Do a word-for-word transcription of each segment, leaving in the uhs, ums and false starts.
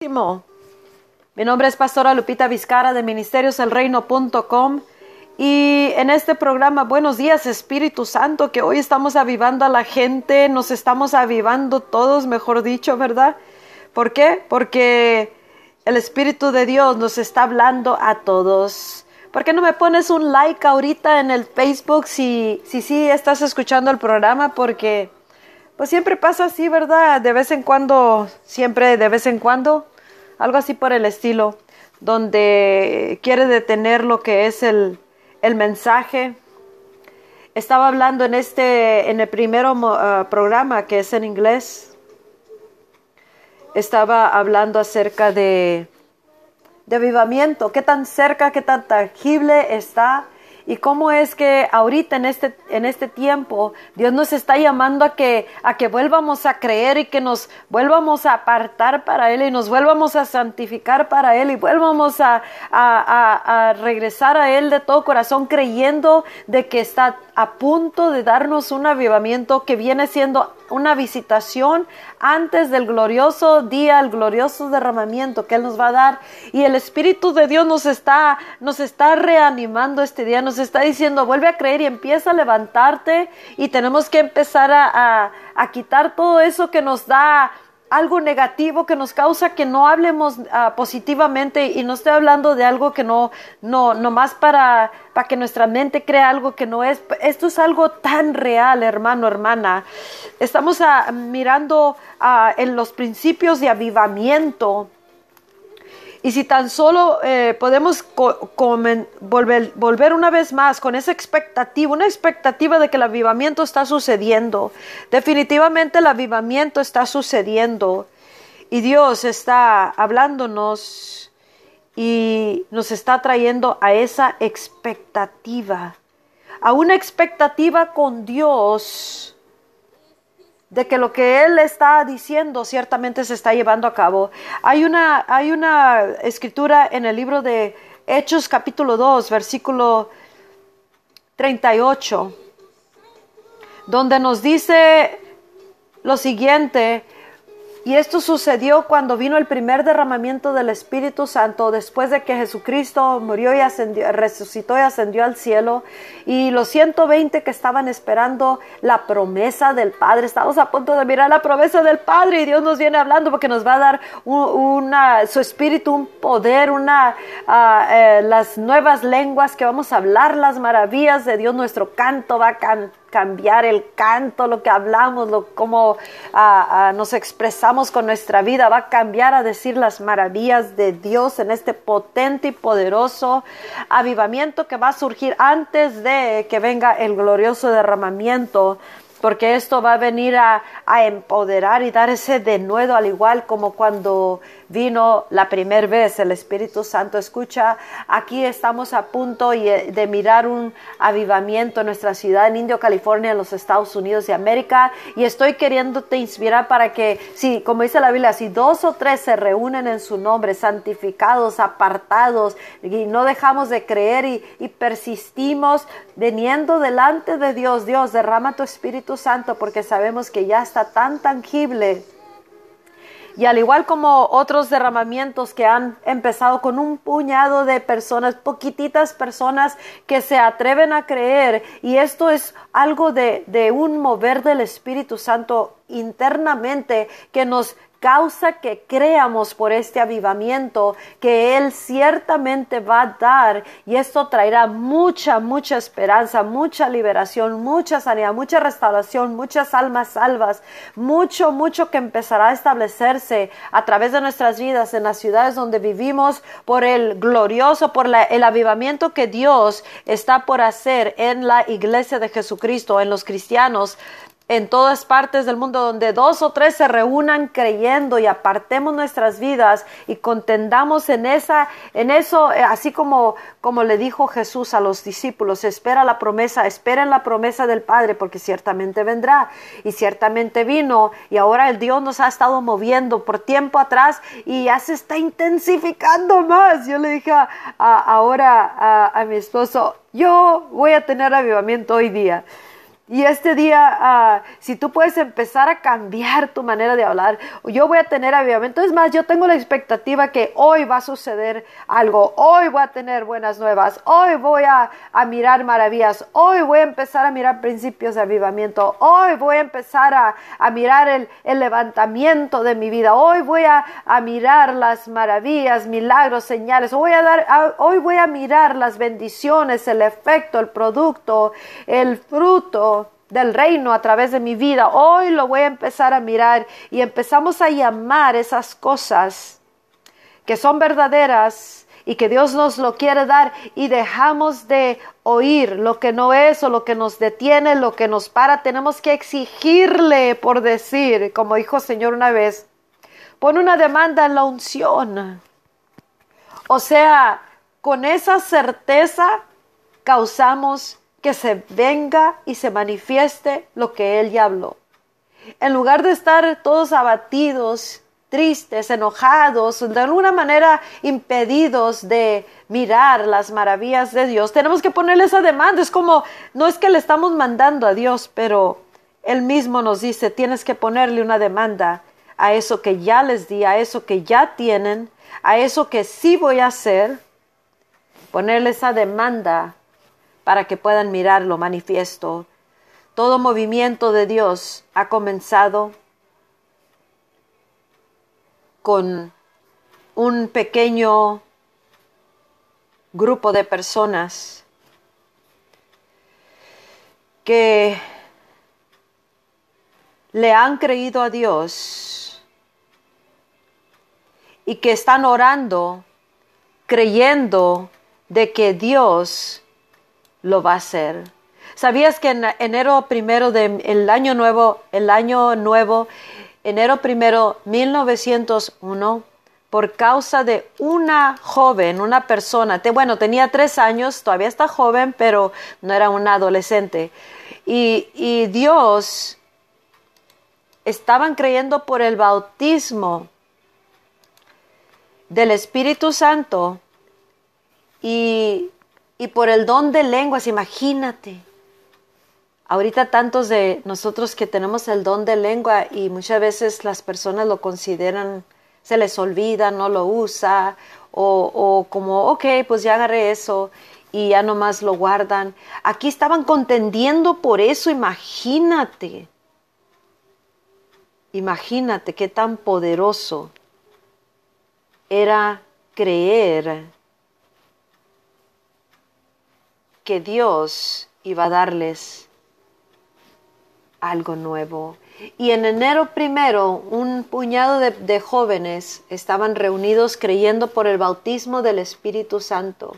Mi nombre es Pastora Lupita Vizcara de Ministerios El Reino punto com y en este programa Buenos Días Espíritu Santo, que hoy estamos avivando a la gente, nos estamos avivando todos, mejor dicho, ¿verdad? ¿Por qué? Porque el Espíritu de Dios nos está hablando a todos. ¿Por qué no me pones un like ahorita en el Facebook si sí si, si estás escuchando el programa? Porque pues siempre pasa así, ¿verdad? De vez en cuando, siempre de vez en cuando, algo así por el estilo, donde quiere detener lo que es el, el mensaje. Estaba hablando en este, en el primer uh, programa, que es en inglés. Estaba hablando acerca de, de avivamiento, qué tan cerca, qué tan tangible está. Y cómo es que ahorita en este, en este tiempo Dios nos está llamando a que, a que vuelvamos a creer y que nos vuelvamos a apartar para Él y nos vuelvamos a santificar para Él y vuelvamos a, a, a, a regresar a Él de todo corazón, creyendo de que está a punto de darnos un avivamiento que viene siendo una visitación antes del glorioso día, el glorioso derramamiento que Él nos va a dar. Y el Espíritu de Dios nos está, nos está reanimando este día, nos está diciendo, vuelve a creer y empieza a levantarte, y tenemos que empezar a, a, a quitar todo eso que nos da algo negativo, que nos causa que no hablemos uh, positivamente. Y no estoy hablando de algo que no, no, no más para, para que nuestra mente crea algo que no es. Esto es algo tan real, hermano, hermana. Estamos uh, mirando uh, en los principios de avivamiento. Y si tan solo eh, podemos co comen, volver, volver una vez más con esa expectativa, una expectativa de que el avivamiento está sucediendo. Definitivamente el avivamiento está sucediendo. Y Dios está hablándonos y nos está trayendo a esa expectativa. A una expectativa con Dios, de que lo que Él está diciendo ciertamente se está llevando a cabo. Hay una, hay una escritura en el libro de Hechos capítulo dos, versículo treinta y ocho, donde nos dice lo siguiente. Y esto sucedió cuando vino el primer derramamiento del Espíritu Santo, después de que Jesucristo murió y ascendió, resucitó y ascendió al cielo. Y los ciento veinte que estaban esperando la promesa del Padre, estamos a punto de mirar la promesa del Padre, y Dios nos viene hablando porque nos va a dar un, una, su Espíritu, un poder, una, uh, eh, las nuevas lenguas que vamos a hablar, las maravillas de Dios. Nuestro canto va a cantar. Cambiar el canto, lo que hablamos, lo, cómo uh, uh, nos expresamos con nuestra vida, va a cambiar a decir las maravillas de Dios en este potente y poderoso avivamiento que va a surgir antes de que venga el glorioso derramamiento. Porque esto va a venir a, a empoderar y dar ese denuedo, al igual como cuando vino la primera vez el Espíritu Santo. Escucha, aquí estamos a punto de mirar un avivamiento en nuestra ciudad, en Indio, California, en los Estados Unidos de América. Y estoy queriéndote inspirar para que, si, como dice la Biblia, si dos o tres se reúnen en su nombre, santificados, apartados, y no dejamos de creer y, y persistimos viniendo delante de Dios. Dios, derrama tu Espíritu Santo, porque sabemos que ya está tan tangible. Y al igual como otros derramamientos que han empezado con un puñado de personas, poquititas personas que se atreven a creer, y esto es algo de, de un mover del Espíritu Santo internamente que nos causa que creamos por este avivamiento que Él ciertamente va a dar, y esto traerá mucha, mucha esperanza, mucha liberación, mucha sanidad, mucha restauración, muchas almas salvas, mucho, mucho que empezará a establecerse a través de nuestras vidas en las ciudades donde vivimos, por el glorioso, por la, el avivamiento que Dios está por hacer en la iglesia de Jesucristo, en los cristianos, en todas partes del mundo, donde dos o tres se reúnan creyendo, y apartemos nuestras vidas y contendamos en esa, en eso, así como, como le dijo Jesús a los discípulos: espera la promesa, esperen la promesa del Padre, porque ciertamente vendrá, y ciertamente vino. Y ahora el Dios nos ha estado moviendo por tiempo atrás y ya se está intensificando más. Yo le dije a, a, ahora a, a mi esposo, yo voy a tener avivamiento hoy día. Y este día, uh, si tú puedes empezar a cambiar tu manera de hablar, yo voy a tener avivamiento. Es más, yo tengo la expectativa que hoy va a suceder algo. Hoy voy a tener buenas nuevas. Hoy voy a, a mirar maravillas. Hoy voy a empezar a mirar principios de avivamiento. Hoy voy a empezar a, a mirar el, el levantamiento de mi vida. Hoy voy a, a mirar las maravillas, milagros, señales. Hoy voy a dar, a, hoy voy a mirar las bendiciones, el efecto, el producto, el fruto del reino a través de mi vida. Hoy lo voy a empezar a mirar y empezamos a llamar esas cosas que son verdaderas y que Dios nos lo quiere dar, y dejamos de oír lo que no es o lo que nos detiene, lo que nos para. Tenemos que exigirle por decir, como dijo el Señor una vez, pon una demanda en la unción. O sea, con esa certeza causamos que se venga y se manifieste lo que Él ya habló. En lugar de estar todos abatidos, tristes, enojados, de alguna manera impedidos de mirar las maravillas de Dios, tenemos que ponerle esa demanda. Es como, no es que le estamos mandando a Dios, pero Él mismo nos dice, tienes que ponerle una demanda a eso que ya les di, a eso que ya tienen, a eso que sí voy a hacer, ponerle esa demanda para que puedan mirarlo manifiesto. Todo movimiento de Dios ha comenzado con un pequeño grupo de personas que le han creído a Dios y que están orando, creyendo de que Dios lo va a hacer. ¿Sabías que en enero primero del año nuevo, el año nuevo, enero primero, mil novecientos uno, por causa de una joven, una persona, te, bueno, tenía tres años, todavía está joven, pero no era una adolescente, y, y Dios, estaban creyendo por el bautismo del Espíritu Santo y Y por el don de lenguas, imagínate. Ahorita tantos de nosotros que tenemos el don de lengua y muchas veces las personas lo consideran, se les olvida, no lo usa, o, o como, ok, pues ya agarré eso y ya nomás lo guardan. Aquí estaban contendiendo por eso, imagínate. Imagínate qué tan poderoso era creer que Dios iba a darles algo nuevo. Y en enero primero, un puñado de, de jóvenes estaban reunidos creyendo por el bautismo del Espíritu Santo.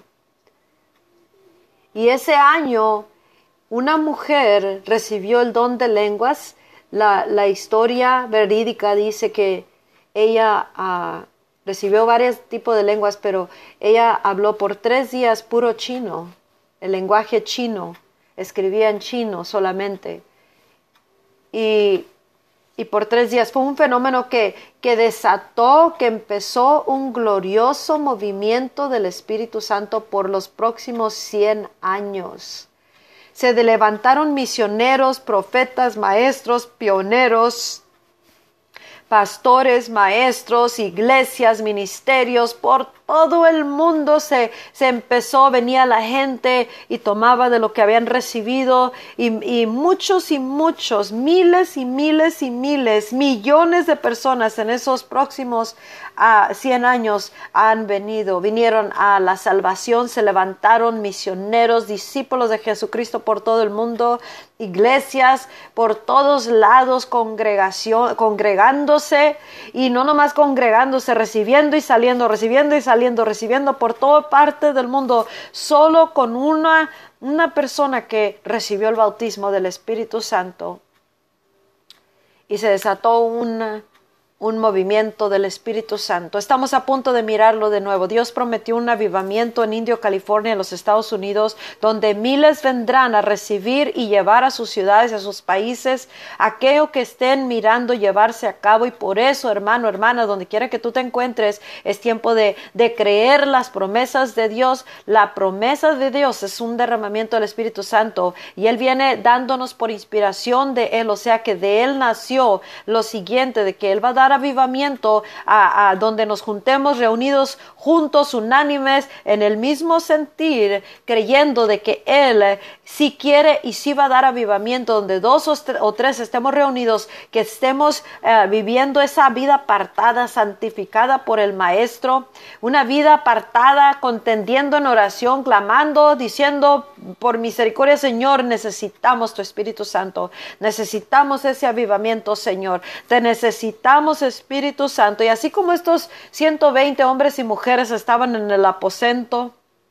Y ese año, una mujer recibió el don de lenguas. La, la historia verídica dice que ella uh, recibió varios tipos de lenguas, pero ella habló por tres días puro chino. El lenguaje chino, escribía en chino solamente. Y, y por tres días fue un fenómeno que, que desató, que empezó un glorioso movimiento del Espíritu Santo por los próximos cien años. Se levantaron misioneros, profetas, maestros, pioneros, pastores, maestros, iglesias, ministerios, por todo el mundo se, se empezó, venía la gente y tomaba de lo que habían recibido, y, y muchos y muchos, miles y miles y miles, millones de personas en esos próximos uh, cien años han venido, vinieron a la salvación, se levantaron misioneros, discípulos de Jesucristo por todo el mundo, iglesias por todos lados, congregación, congregándose, y no nomás congregándose, recibiendo y saliendo, recibiendo y saliendo, recibiendo por toda parte del mundo, solo con una, una persona que recibió el bautismo del Espíritu Santo. Y se desató una, un movimiento del Espíritu Santo. Estamos a punto de mirarlo de nuevo. Dios prometió un avivamiento en Indio, California, en los Estados Unidos, donde miles vendrán a recibir y llevar a sus ciudades, a sus países, aquello que estén mirando llevarse a cabo. Y por eso, hermano, hermana, donde quiera que tú te encuentres, es tiempo de, de creer las promesas de Dios. La promesa de Dios es un derramamiento del Espíritu Santo y Él viene dándonos por inspiración de Él, o sea que de Él nació lo siguiente, de que Él va a dar avivamiento a, a donde nos juntemos reunidos juntos, unánimes, en el mismo sentir, creyendo de que Él sí quiere y sí va a dar avivamiento, donde dos o, o tres estemos reunidos, que estemos uh, viviendo esa vida apartada, santificada por el Maestro, una vida apartada, contendiendo en oración, clamando, diciendo, por misericordia, Señor, necesitamos tu Espíritu Santo, necesitamos ese avivamiento, Señor, te necesitamos, Espíritu Santo. Y así como estos ciento veinte hombres y mujeres estaban en el aposento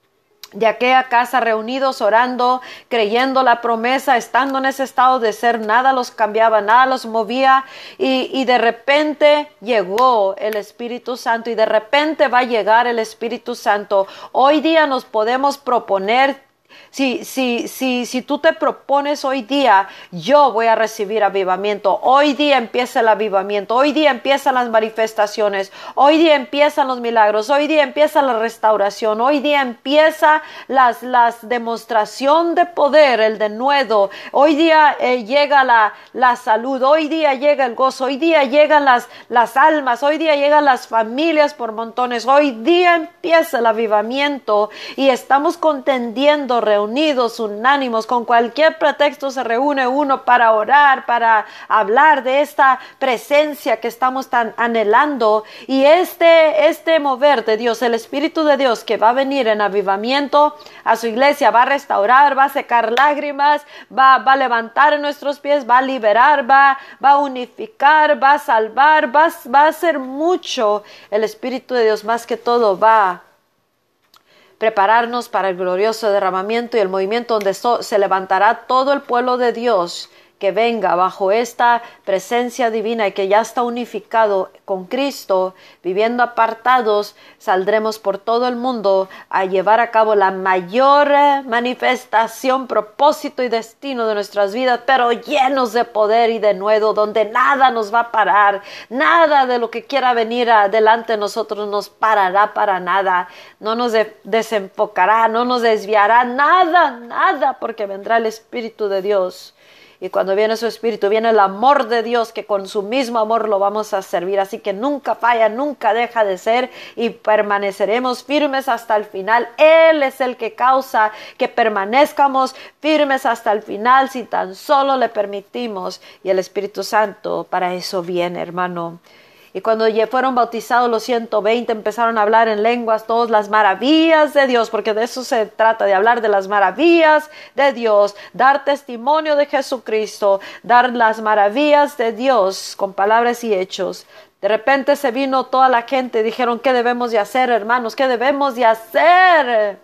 de aquella casa reunidos, orando, creyendo la promesa, estando en ese estado de ser, nada los cambiaba, nada los movía, y, y de repente llegó el Espíritu Santo, y de repente va a llegar el Espíritu Santo. Hoy día nos podemos proponer, Si, si, si, si tú te propones hoy día, yo voy a recibir avivamiento, hoy día empieza el avivamiento, hoy día empiezan las manifestaciones, hoy día empiezan los milagros, hoy día empieza la restauración, hoy día empieza las, las demostración de poder, el denuedo, hoy día eh, llega la, la salud, hoy día llega el gozo, hoy día llegan las, las almas, hoy día llegan las familias por montones, hoy día empieza el avivamiento y estamos contendiendo, reunidos, unánimos, con cualquier pretexto se reúne uno para orar, para hablar de esta presencia que estamos tan anhelando, y este, este mover de Dios, el Espíritu de Dios que va a venir en avivamiento a su iglesia, va a restaurar, va a secar lágrimas, va, va a levantar en nuestros pies, va a liberar, va, va a unificar, va a salvar, va, va a hacer mucho. El Espíritu de Dios más que todo va a prepararnos para el glorioso derramamiento y el movimiento donde so, se levantará todo el pueblo de Dios que venga bajo esta presencia divina y que ya está unificado con Cristo, viviendo apartados. Saldremos por todo el mundo a llevar a cabo la mayor manifestación, propósito y destino de nuestras vidas, pero llenos de poder y de nuevo, donde nada nos va a parar, nada de lo que quiera venir adelante de nosotros nos parará para nada, no nos de desenfocará, no nos desviará, nada, nada, porque vendrá el Espíritu de Dios. Y cuando viene su Espíritu, viene el amor de Dios, que con su mismo amor lo vamos a servir. Así que nunca falla, nunca deja de ser, y permaneceremos firmes hasta el final. Él es el que causa que permanezcamos firmes hasta el final, si tan solo le permitimos. Y el Espíritu Santo para eso viene, hermano. Y cuando fueron bautizados los ciento veinte, empezaron a hablar en lenguas todas las maravillas de Dios, porque de eso se trata, de hablar de las maravillas de Dios, dar testimonio de Jesucristo, dar las maravillas de Dios con palabras y hechos. De repente se vino toda la gente y dijeron, ¿qué debemos de hacer, hermanos? ¿Qué debemos de hacer?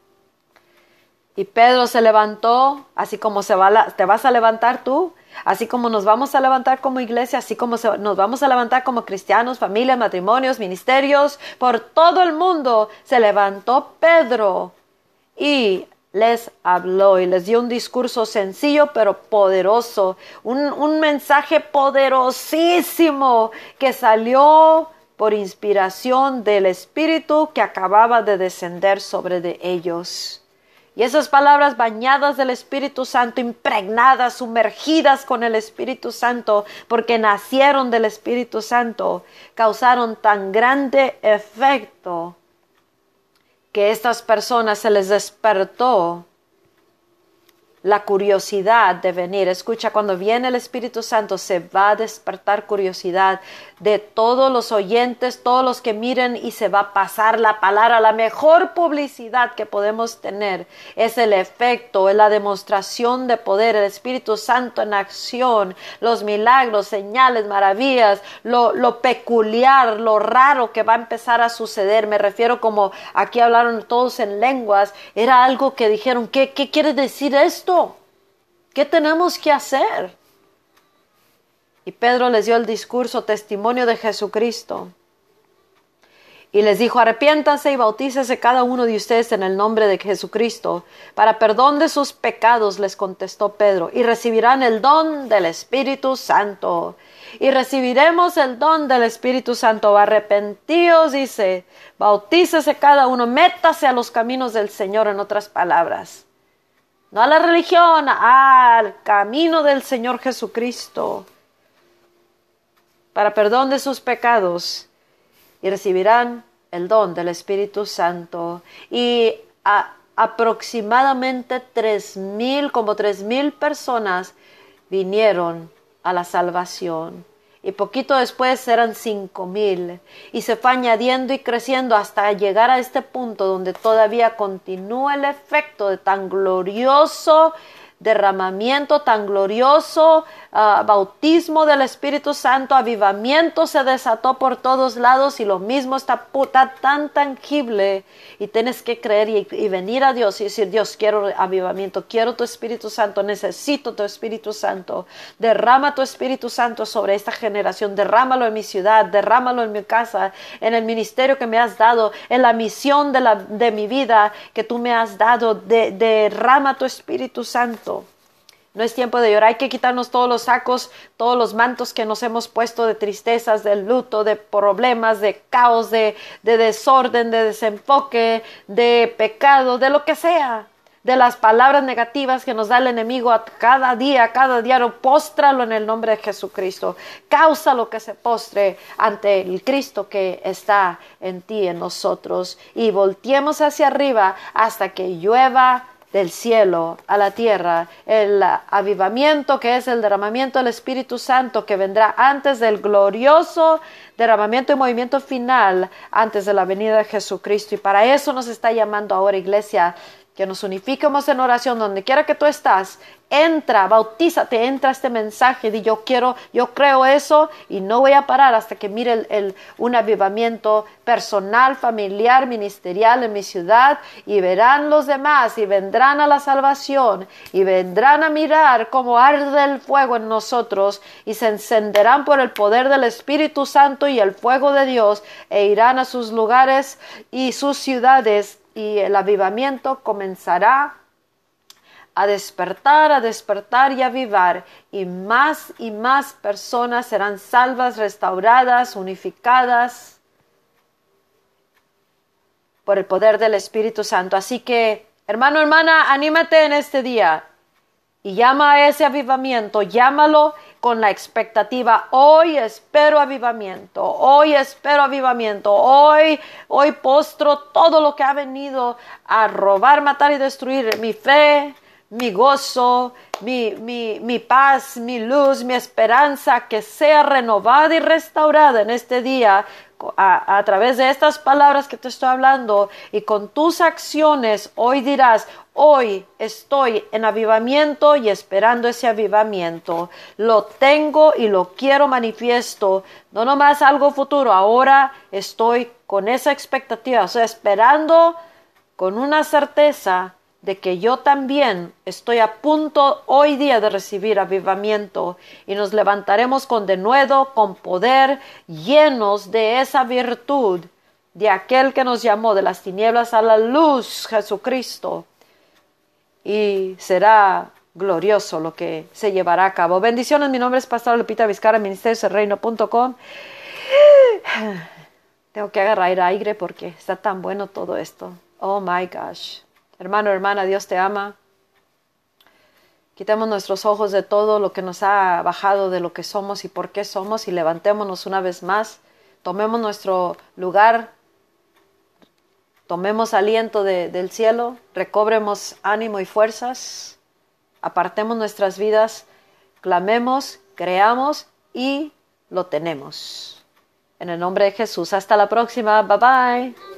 Y Pedro se levantó, así como se va la, te vas a levantar tú, así como nos vamos a levantar como iglesia, así como se, nos vamos a levantar como cristianos, familias, matrimonios, ministerios, por todo el mundo. Se levantó Pedro y les habló y les dio un discurso sencillo pero poderoso, un, un mensaje poderosísimo que salió por inspiración del Espíritu que acababa de descender sobre de ellos. Y esas palabras bañadas del Espíritu Santo, impregnadas, sumergidas con el Espíritu Santo, porque nacieron del Espíritu Santo, causaron tan grande efecto que a estas personas se les despertó la curiosidad de venir. Escucha, cuando viene el Espíritu Santo se va a despertar curiosidad de todos los oyentes, todos los que miren, y se va a pasar la palabra. La mejor publicidad que podemos tener es el efecto, es la demostración de poder, el Espíritu Santo en acción, los milagros, señales, maravillas, lo, lo peculiar, lo raro que va a empezar a suceder. Me refiero, como aquí hablaron todos en lenguas, era algo que dijeron, ¿qué, qué quiere decir esto? ¿Qué tenemos que hacer? Y Pedro les dio el discurso, testimonio de Jesucristo. Y les dijo, arrepiéntanse y bautícese cada uno de ustedes en el nombre de Jesucristo, para perdón de sus pecados, les contestó Pedro, y recibirán el don del Espíritu Santo. Y recibiremos el don del Espíritu Santo. Arrepentíos, dice, bautícese cada uno, métase a los caminos del Señor, en otras palabras. No a la religión, al camino del Señor Jesucristo, para perdón de sus pecados. Y recibirán el don del Espíritu Santo. Y a, aproximadamente tres mil, como tres mil personas vinieron a la salvación. Y poquito después eran cinco mil. Y se fue añadiendo y creciendo hasta llegar a este punto donde todavía continúa el efecto de tan glorioso derramamiento, tan glorioso uh, bautismo del Espíritu Santo. Avivamiento se desató por todos lados y lo mismo está, está tan tangible, y tienes que creer y, y venir a Dios y decir, Dios, quiero avivamiento, quiero tu Espíritu Santo, necesito tu Espíritu Santo. Derrama tu Espíritu Santo sobre esta generación, derrámalo en mi ciudad, derrámalo en mi casa, en el ministerio que me has dado, en la misión de, la, de mi vida que tú me has dado. De, derrama tu Espíritu Santo. No es tiempo de llorar, hay que quitarnos todos los sacos, todos los mantos que nos hemos puesto de tristezas, de luto, de problemas, de caos, de, de desorden, de desenfoque, de pecado, de lo que sea, de las palabras negativas que nos da el enemigo a cada día, cada diario. Póstralo en el nombre de Jesucristo. Causa lo que se postre ante el Cristo que está en ti, en nosotros. Y volteemos hacia arriba hasta que llueva del cielo a la tierra, el avivamiento que es el derramamiento del Espíritu Santo que vendrá antes del glorioso derramamiento y movimiento final, antes de la venida de Jesucristo. Y para eso nos está llamando ahora, iglesia, que nos unifiquemos en oración donde quiera que tú estás. Entra, bautízate, entra este mensaje, di yo quiero, yo creo eso y no voy a parar hasta que mire el, el, un avivamiento personal, familiar, ministerial en mi ciudad, y verán los demás y vendrán a la salvación y vendrán a mirar cómo arde el fuego en nosotros y se encenderán por el poder del Espíritu Santo y el fuego de Dios, e irán a sus lugares y sus ciudades, y el avivamiento comenzará a despertar, a despertar y a avivar, y más y más personas serán salvas, restauradas, unificadas por el poder del Espíritu Santo. Así que, hermano, hermana, anímate en este día y llama a ese avivamiento, llámalo con la expectativa. Hoy espero avivamiento, hoy espero avivamiento, hoy, hoy postro todo lo que ha venido a robar, matar y destruir mi fe, mi gozo, mi, mi, mi paz, mi luz, mi esperanza, que sea renovada y restaurada en este día a, a través de estas palabras que te estoy hablando, y con tus acciones. Hoy dirás, hoy estoy en avivamiento y esperando ese avivamiento. Lo tengo y lo quiero manifiesto, no nomás algo futuro. Ahora estoy con esa expectativa, o sea, esperando con una certeza de que yo también estoy a punto hoy día de recibir avivamiento, y nos levantaremos con denuedo, con poder, llenos de esa virtud de aquel que nos llamó de las tinieblas a la luz, Jesucristo, y será glorioso lo que se llevará a cabo. Bendiciones, mi nombre es Pastora Lupita Vizcarra, ministerios del reino punto com. Tengo que agarrar aire porque está tan bueno todo esto. Oh my gosh. Hermano, hermana, Dios te ama. Quitemos nuestros ojos de todo lo que nos ha bajado de lo que somos y por qué somos, y levantémonos una vez más. Tomemos nuestro lugar, tomemos aliento de, del cielo, recobremos ánimo y fuerzas, apartemos nuestras vidas, clamemos, creamos y lo tenemos. En el nombre de Jesús. Hasta la próxima. Bye bye.